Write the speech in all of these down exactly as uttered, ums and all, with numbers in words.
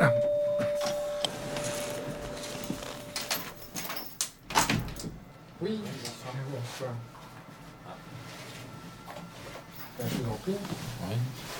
Ah. Oui, bonsoir. Bonsoir. Ben, je vous en prie. Ouais.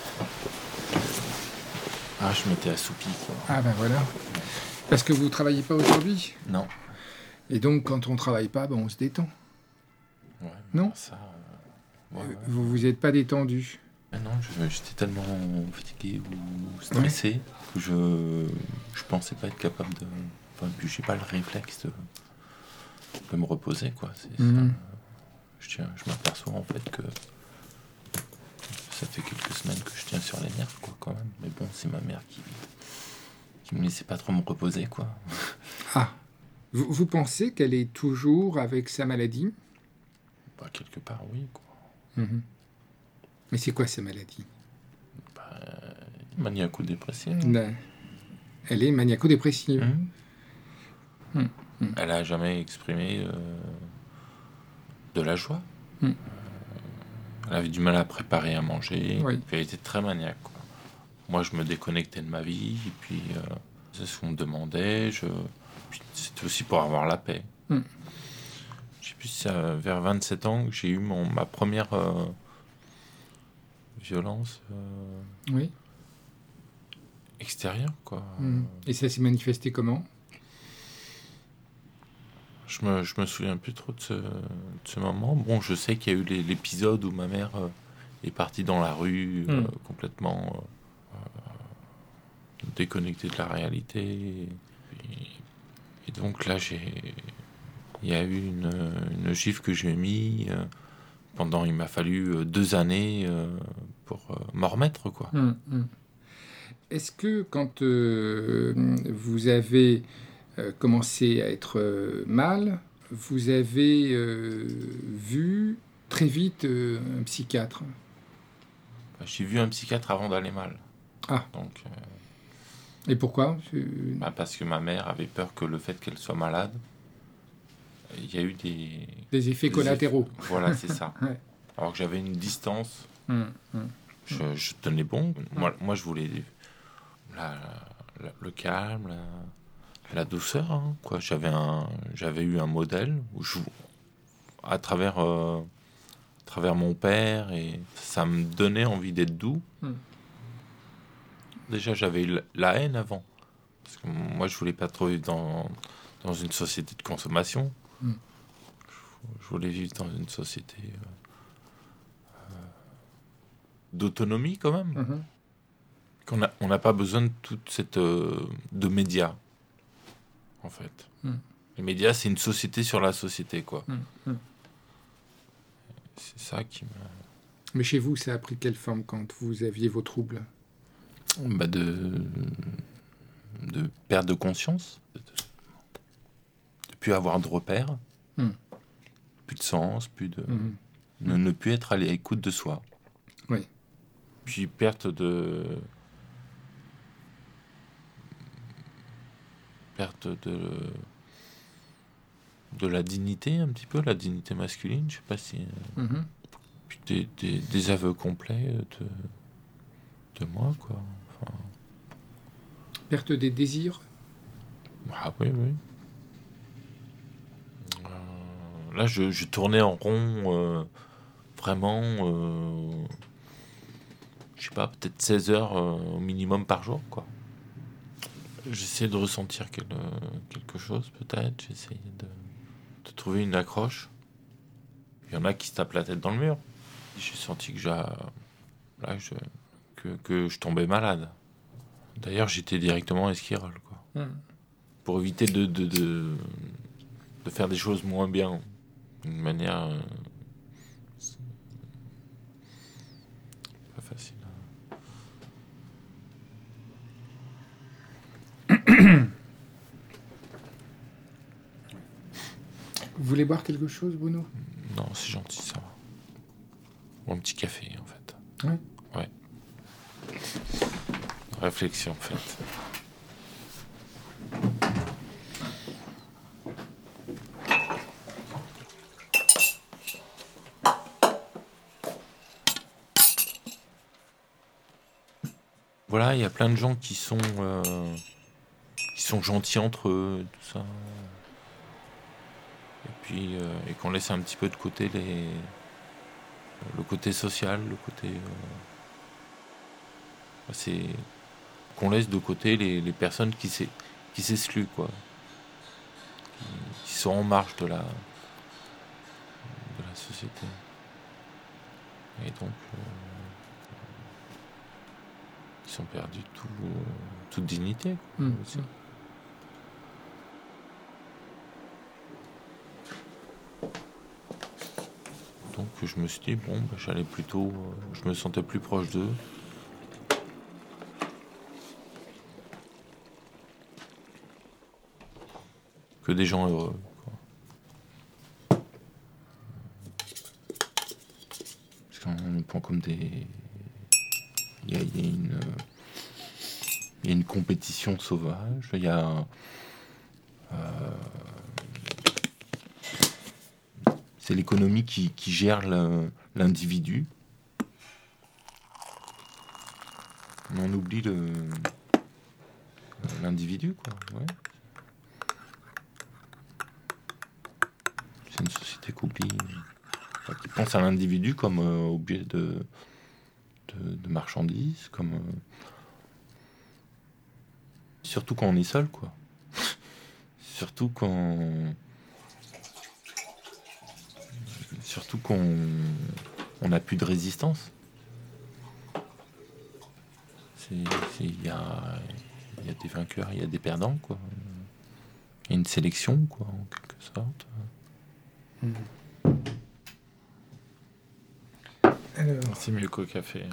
Ah, je m'étais assoupi, quoi. Ah ben voilà. Parce que vous travaillez pas aujourd'hui. Non. Et donc, quand on travaille pas, ben, on se détend. Ouais, Non ça, euh, ouais, ouais. Vous vous êtes pas détendu. Ah non, je- j'étais tellement fatigué ou stressé ouais. que je je pensais pas être capable de... Enfin, puis j'ai pas le réflexe de, de me reposer, quoi. C'est, Mmh. ça, je, tiens, je m'aperçois, en fait, que ça fait quelques semaines que je tiens sur les nerfs, quoi, quand même. Mais bon, c'est ma mère qui, qui me laissait pas trop me reposer, quoi. Ah. Vous, vous pensez qu'elle est toujours avec sa maladie? Bah, quelque part, oui, quoi. Mmh. Mais c'est quoi sa maladie? Bah, maniaco-dépressive. Ben, elle est maniaco-dépressive. Mmh. Mmh. Mmh. Elle a jamais exprimé euh, de la joie. Mmh. Euh, elle avait du mal à préparer à manger. Oui. Puis elle était très maniaque, quoi. Moi, je me déconnectais de ma vie. Et puis, euh, c'est ce qu'on me demandait. Je... Puis, c'était aussi pour avoir la paix. Mmh. Je sais plus si c'est vers vingt-sept ans que j'ai eu mon, ma première euh, violence euh, Oui. extérieure, quoi. Mmh. Et ça s'est manifesté comment? Je me, je me souviens plus trop de ce, de ce moment. Bon, je sais qu'il y a eu les, l'épisode où ma mère euh, est partie dans la rue, euh, Mm. complètement euh, déconnectée de la réalité. Et, puis, et donc là, j'ai, il y a eu une, une gifle que j'ai mis. Euh, pendant, il m'a fallu euh, deux années euh, pour euh, m'en remettre, quoi. Mm. Mm. Est-ce que quand euh, vous avez euh, commencé à être euh, mal, vous avez euh, vu très vite euh, un psychiatre? Bah, j'ai vu un psychiatre avant d'aller mal. Ah. Donc, euh, et pourquoi? bah, parce que ma mère avait peur que le fait qu'elle soit malade, il y a eu des... Des effets des collatéraux. Effets... Voilà, c'est ça. Ouais. Alors que j'avais une distance, mm. Mm. je, je tenais bon. Moi, moi, je voulais la, la, le calme, la, la douceur, hein, quoi. J'avais, un, j'avais eu un modèle où je, à travers, euh, à travers mon père, et ça me donnait envie d'être doux. Mm. Déjà, j'avais eu la haine avant. Parce que moi, je voulais pas trop vivre dans, dans une société de consommation. Mm. Je, je voulais vivre dans une société euh, euh, d'autonomie, quand même. Mm-hmm. Qu'on a, on n'a pas besoin de toute cette euh, de médias, en fait. Mm. Les médias, c'est une société sur la société, quoi. Mm. Mm. C'est ça qui me... Mais chez vous, ça a pris quelle forme quand vous aviez vos troubles? Bah de... de perte de conscience, de ne plus avoir de repères, mm. plus de sens, plus de... Mm. Ne, ne plus être à l'écoute de soi. Oui. Puis perte de... perte de... de la dignité, un petit peu, la dignité masculine, je sais pas si... Mm-hmm. Puis des, des, des aveux complets de, de moi, quoi. Enfin... Perte des désirs? Ah oui, oui. Euh, là, je, je tournais en rond, euh, vraiment, euh, je sais pas, peut-être seize heures euh, au minimum par jour, quoi. J'essayais de ressentir quel, quelque chose, peut-être. J'essayais de, de trouver une accroche. Il y en a qui se tapent la tête dans le mur. J'ai senti que, j'ai, là, je, que, que je tombais malade. D'ailleurs, j'étais directement esquirole, quoi. Mm. Pour éviter de, de, de, de faire des choses moins bien. D'une manière... Euh, c'est pas facile. Vous voulez boire quelque chose, Bruno? Non, c'est gentil, ça va. Ou un petit café, en fait. Oui. Ouais. Réflexion, en fait. voilà, il y a plein de gens qui sont, euh, qui sont gentils entre eux, tout ça. Et puis, euh, et qu'on laisse un petit peu de côté les, le côté social, le côté. Euh, c'est qu'on laisse de côté les, les personnes qui s'est, qui s'excluent, quoi, qui, qui sont en marge de la, de la société. Et donc, euh, ils ont perdu tout, euh, toute dignité, quoi, Mmh. aussi. Donc je me suis dit, bon, bah, j'allais plutôt, euh, je me sentais plus proche d'eux. Que des gens heureux, quoi. Parce qu'on nous prend comme des... Il y a, il y a une... Il y a une compétition sauvage, il y a... Euh, c'est l'économie qui, qui gère le, l'individu. On oublie le, l'individu, quoi. Ouais. C'est une société qui oublie, enfin, qui pense à l'individu comme euh, objet de, de, de marchandises, comme euh, surtout quand on est seul, quoi. Surtout quand surtout qu'on on n'a plus de résistance. Il y a, y a des vainqueurs, il y a des perdants, quoi. Il y a une sélection, quoi, en quelque sorte. Mmh. Alors... C'est mieux qu'au café.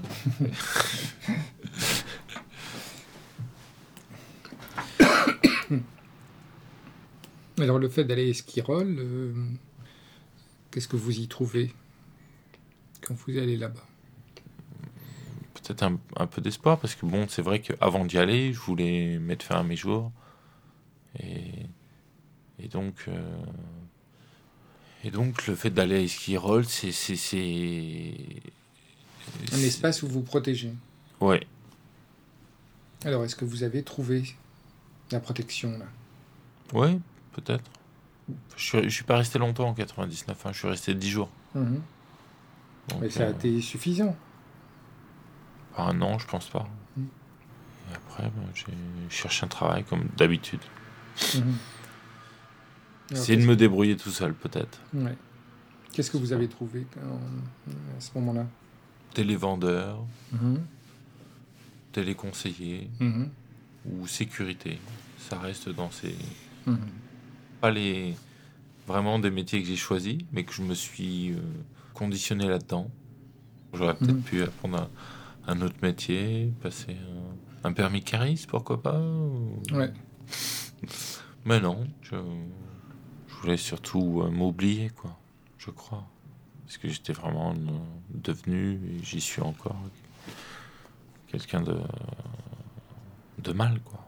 Alors le fait d'aller à Esquirol, euh, qu'est-ce que vous y trouvez quand vous allez là-bas? Peut-être un, un peu d'espoir, parce que bon, c'est vrai qu'avant d'y aller, je voulais mettre fin à mes jours. Et, et donc... Euh, et donc le fait d'aller à Esquirol, c'est... c'est, c'est un c'est... espace où vous protégez. Ouais. Alors est-ce que vous avez trouvé la protection là? Ouais, peut-être. Je ne suis pas resté longtemps en quatre-vingt-dix-neuf, hein, je suis resté dix jours. Mmh. Donc, mais ça a euh, été suffisant. Ah non, je pense pas. Mmh. Et après, ben, j'ai cherché un travail comme d'habitude. Mmh. Essayer de me débrouiller tout seul, peut-être. Ouais. Qu'est-ce que vous avez trouvé quand, à ce moment-là? Télévendeur, mmh. téléconseiller Mmh. ou sécurité. Ça reste dans ces... Mmh. Pas les... vraiment des métiers que j'ai choisis, mais que je me suis euh, conditionné là-dedans. J'aurais peut-être mmh. pu apprendre un, un autre métier, passer un, un permis cariste, pourquoi pas. Ou... Ouais. Mais non, je, je voulais surtout euh, m'oublier, quoi, je crois. Parce que j'étais vraiment euh, devenu, et j'y suis encore, quelqu'un de, de mal, quoi.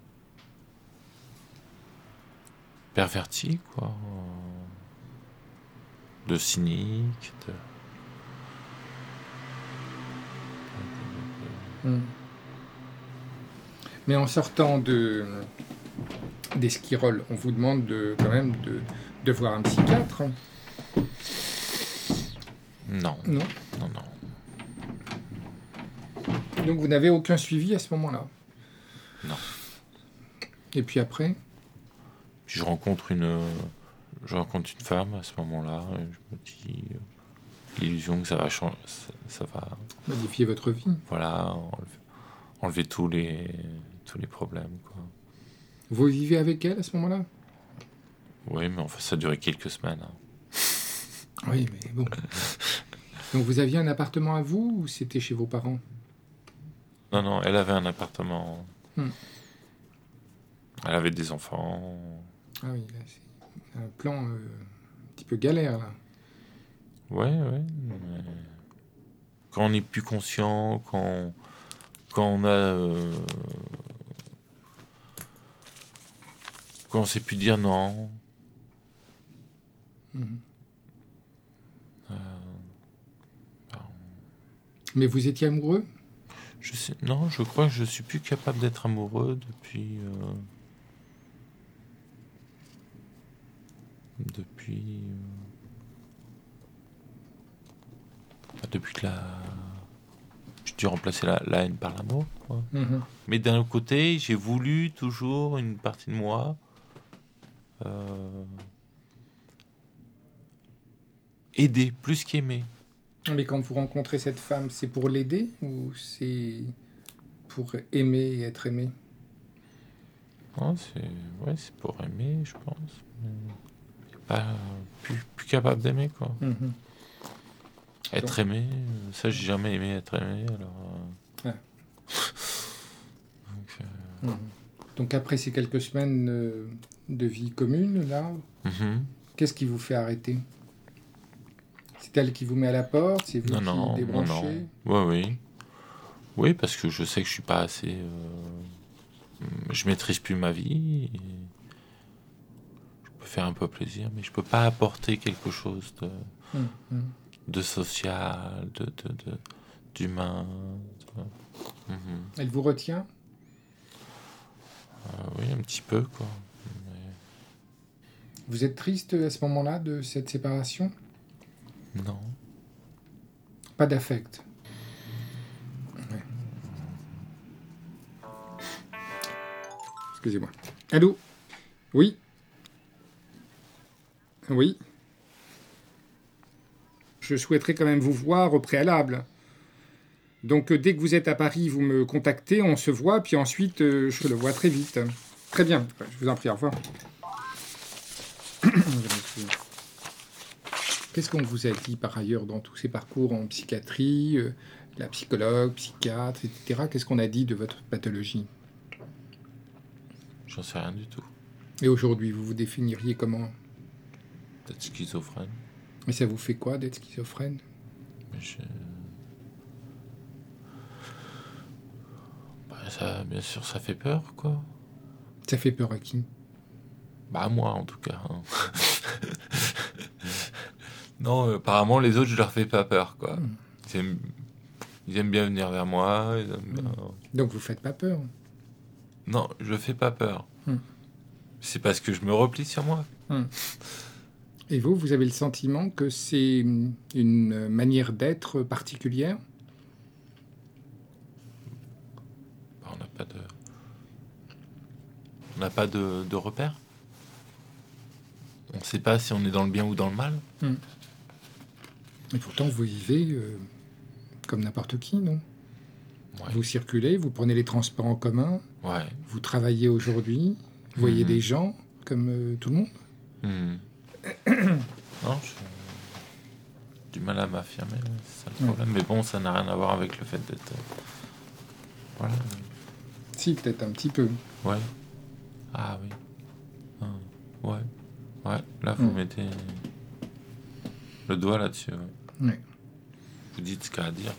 Perverti, quoi. De cynique, de... Mmh. Mais en sortant de d'Esquirol, on vous demande de, quand même de, de voir un psychiatre. Non. Non. Non, non. Donc vous n'avez aucun suivi à ce moment-là? Non. Et puis après? Puis je rencontre une, je rencontre une femme à ce moment-là. Et je me dis euh, l'illusion que ça va changer, ça, ça va modifier votre vie. Voilà, enlever, enlever tous les tous les problèmes, quoi. Vous vivez avec elle à ce moment-là? Oui, mais enfin ça a duré quelques semaines. Hein. Oui, mais bon. Donc vous aviez un appartement à vous ou c'était chez vos parents? Non, non, elle avait un appartement. Hmm. Elle avait des enfants. Ah oui, là, c'est un plan euh, un petit peu galère, là. Ouais, ouais. Mais... Quand on n'est plus conscient, quand, quand on a... Euh... Quand on ne sait plus dire non. Mmh. Euh... Mais vous étiez amoureux? Je sais, non, je crois que je suis plus capable d'être amoureux depuis... Euh, depuis... Euh, depuis que la... J'ai dû remplacer la, la haine par l'amour. Quoi. Mm-hmm. Mais d'un autre côté, j'ai voulu toujours une partie de moi... Euh, aider, plus qu'aimer. Mais quand vous rencontrez cette femme, c'est pour l'aider ou c'est pour aimer et être aimé? Non, c'est, ouais, c'est pour aimer, je pense. Mais pas plus, plus capable d'aimer, quoi. Mm-hmm. Être Donc, aimé, ça, j'ai jamais aimé être aimé, alors... Euh... Ouais. Donc, euh... mm-hmm. Donc après ces quelques semaines euh, de vie commune, là, mm-hmm. qu'est-ce qui vous fait arrêter? C'est elle qui vous met à la porte? C'est vous non, qui non, débranchez? Non, non. Oui, oui. Oui, parce que je sais que je suis pas assez... Euh... Je maîtrise plus ma vie. Et... Je peux faire un peu plaisir, mais je peux pas apporter quelque chose de, mmh. de social, de, de, de, d'humain. De... Mmh. Elle vous retient? euh, Oui, un petit peu, quoi. Mais... Vous êtes triste à ce moment-là de cette séparation? Non. Pas d'affect? Ouais. Excusez-moi. Allô? Oui? Oui? Je souhaiterais quand même vous voir au préalable. Donc, euh, dès que vous êtes à Paris, vous me contactez, on se voit, puis ensuite, euh, je le vois très vite. Très bien. Je vous en prie, au revoir. Qu'est-ce qu'on vous a dit par ailleurs dans tous ces parcours en psychiatrie, euh, la psychologue, psychiatre, et cetera. Qu'est-ce qu'on a dit de votre pathologie? J'en sais rien du tout. Et aujourd'hui, vous vous définiriez comment? Peut-être schizophrène. Mais ça vous fait quoi d'être schizophrène? Mais je... bah, ça, bien sûr, ça fait peur, quoi. Ça fait peur à qui? Bah, à moi, en tout cas. Hein. Non, euh, apparemment, les autres, je leur fais pas peur, quoi. Mmh. Ils, aiment... ils aiment bien venir vers moi. Ils aiment bien... Mmh. Donc, vous faites pas peur? Non, je fais pas peur. Mmh. C'est parce que je me replie sur moi. Mmh. Et vous, vous avez le sentiment que c'est une manière d'être particulière? Bah, on n'a pas de... On n'a pas de, de repère. On ne sait pas si on est dans le bien ou dans le mal. Mmh. Et pourtant, vous vivez euh, comme n'importe qui, non? Ouais. Vous circulez, vous prenez les transports en commun, ouais. Vous travaillez aujourd'hui, vous mmh. voyez des gens comme euh, tout le monde. Mmh. Non, j'ai du mal à m'affirmer, c'est ça le problème. Ouais. Mais bon, ça n'a rien à voir avec le fait d'être... Voilà. Si, peut-être un petit peu. Ouais. Ah oui. Ah, ouais. Ouais, là, vous mmh. mettez le doigt là-dessus. Ouais. Ouais. Vous dites ce qu'il y a à dire.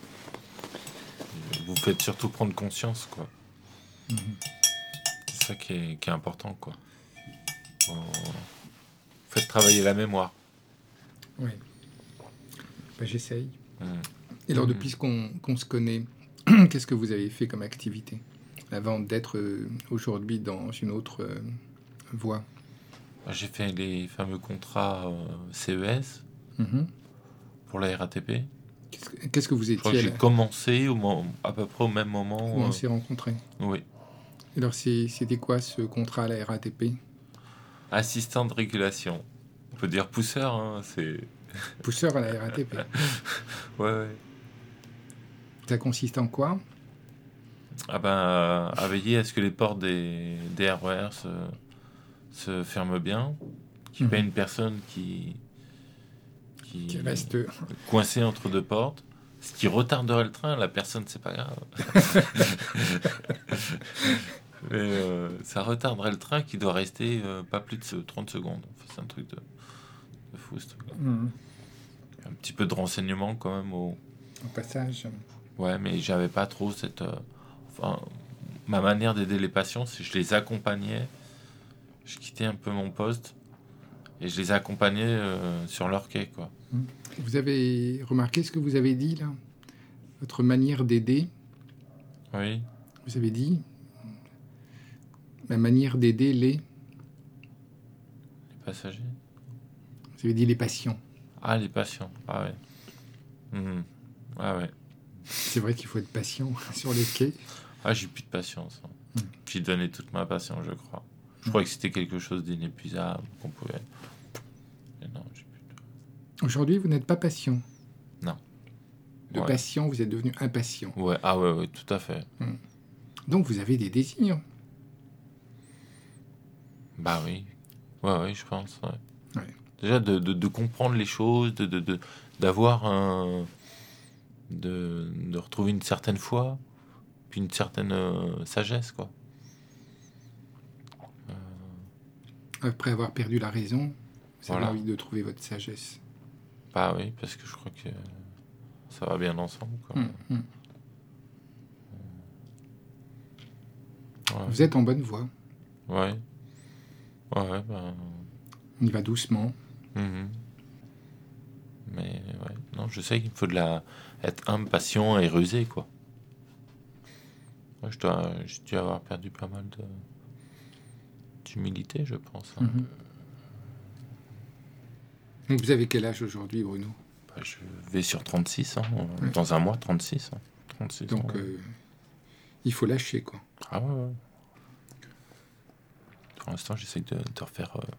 Vous faites surtout prendre conscience, quoi. Mmh. C'est ça qui est, qui est important, quoi. Vous faites travailler la mémoire. Oui. Ben, j'essaye. Mmh. Et alors, mmh. depuis qu'on, qu'on se connaît, qu'est-ce que vous avez fait comme activité avant d'être euh, aujourd'hui dans une autre euh, voie? J'ai fait les fameux contrats euh, C E S mmh. pour la R A T P. Qu'est-ce que, qu'est-ce que vous étiez? Je crois que j'ai là commencé au moment, à peu près au même moment. Où on euh... s'est rencontrés. Oui. Et alors, c'est, c'était quoi ce contrat à la R A T P? Assistant de régulation. On peut dire pousseur, hein, c'est... Pousseur à la R A T P. Ouais, ouais. Ça consiste en quoi? Ah ben, euh, à veiller à ce que les portes des, des R E R se, se ferment bien, qu'il n'y ait mmh. pas une personne qui, qui, qui reste coincée entre deux portes. Ce qui retarderait le train, la personne, c'est pas grave. Mais euh, ça retarderait le train qui doit rester euh, pas plus de trente secondes. Enfin, c'est un truc de, de fou, ce truc-là. Mmh. Un petit peu de renseignement quand même au, au passage. Ouais, mais j'avais pas trop cette... Euh, enfin, ma manière d'aider les patients, c'est que je les accompagnais. Je quittais un peu mon poste et je les accompagnais euh, sur leur quai, quoi. Vous avez remarqué ce que vous avez dit, là? Votre manière d'aider, Oui. Vous avez dit ma manière d'aider les... Les passagers. Vous avez dit les patients. Ah, les patients. Ah ouais. Mmh. Ah ouais. C'est vrai qu'il faut être patient sur les quais. Ah, j'ai plus de patience. Hein. Mmh. J'ai donné toute ma patience, je crois. Je mmh. croyais que c'était quelque chose d'inépuisable, qu'on pouvait... Mais non, j'ai plus de... Aujourd'hui, vous n'êtes pas patient. Non. De ouais. patient, vous êtes devenu impatient. Ouais. Ah ouais, ouais, tout à fait. Mmh. Donc, vous avez des désirs. Bah oui. Ouais, ouais, je pense. Ouais. Ouais. Déjà, de, de, de comprendre les choses, de, de, de, d'avoir un... De, de retrouver une certaine foi, puis une certaine euh, sagesse, quoi. Euh... Après avoir perdu la raison, vous voilà. avez envie de trouver votre sagesse. Bah oui, parce que je crois que ça va bien ensemble, quoi. Mmh, mmh. Ouais. Vous êtes en bonne voie. Ouais. Ouais, ben... On y va doucement. Mmh. Mais ouais, non, je sais qu'il faut de la... être humble, patient et rusé, quoi. Ouais, je dois, j'ai dû avoir perdu pas mal de... d'humilité, je pense. Hein. Mmh. Donc vous avez quel âge aujourd'hui, Bruno ? Bah, je vais sur trente-six, hein, ouais. Dans un mois, trente-six. Hein. trente-six Donc, ans, ouais. euh, il faut lâcher, quoi. Ah ouais, ouais. Pour l'instant, j'essaie de, de refaire euh,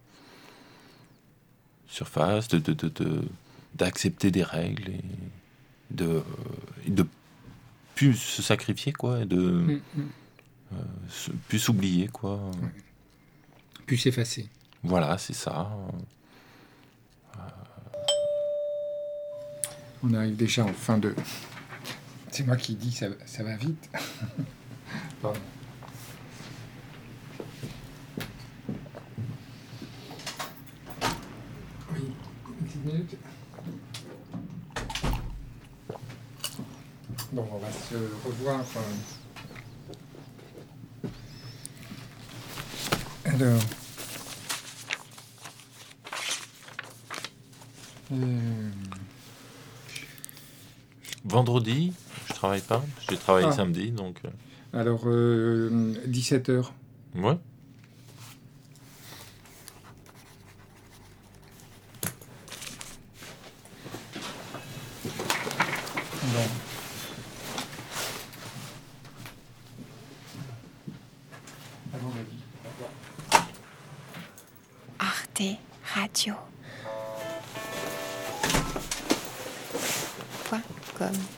surface, de, de, de, de, d'accepter des règles et de, euh, et de plus se sacrifier, quoi, et de mmh, mmh. Euh, se, plus s'oublier, quoi. Ouais. Plus s'effacer. Voilà, c'est ça. Euh... On arrive déjà en fin de... C'est moi qui dis, ça, ça va vite. Pardon. Oui, une petite minute. Bon, on va se revoir. Alors... Euh... Vendredi, je travaille pas. J'ai travaillé ah. samedi, donc... Euh... Alors, euh, dix-sept heures. Ouais. Bon. Arte Radio. Point com.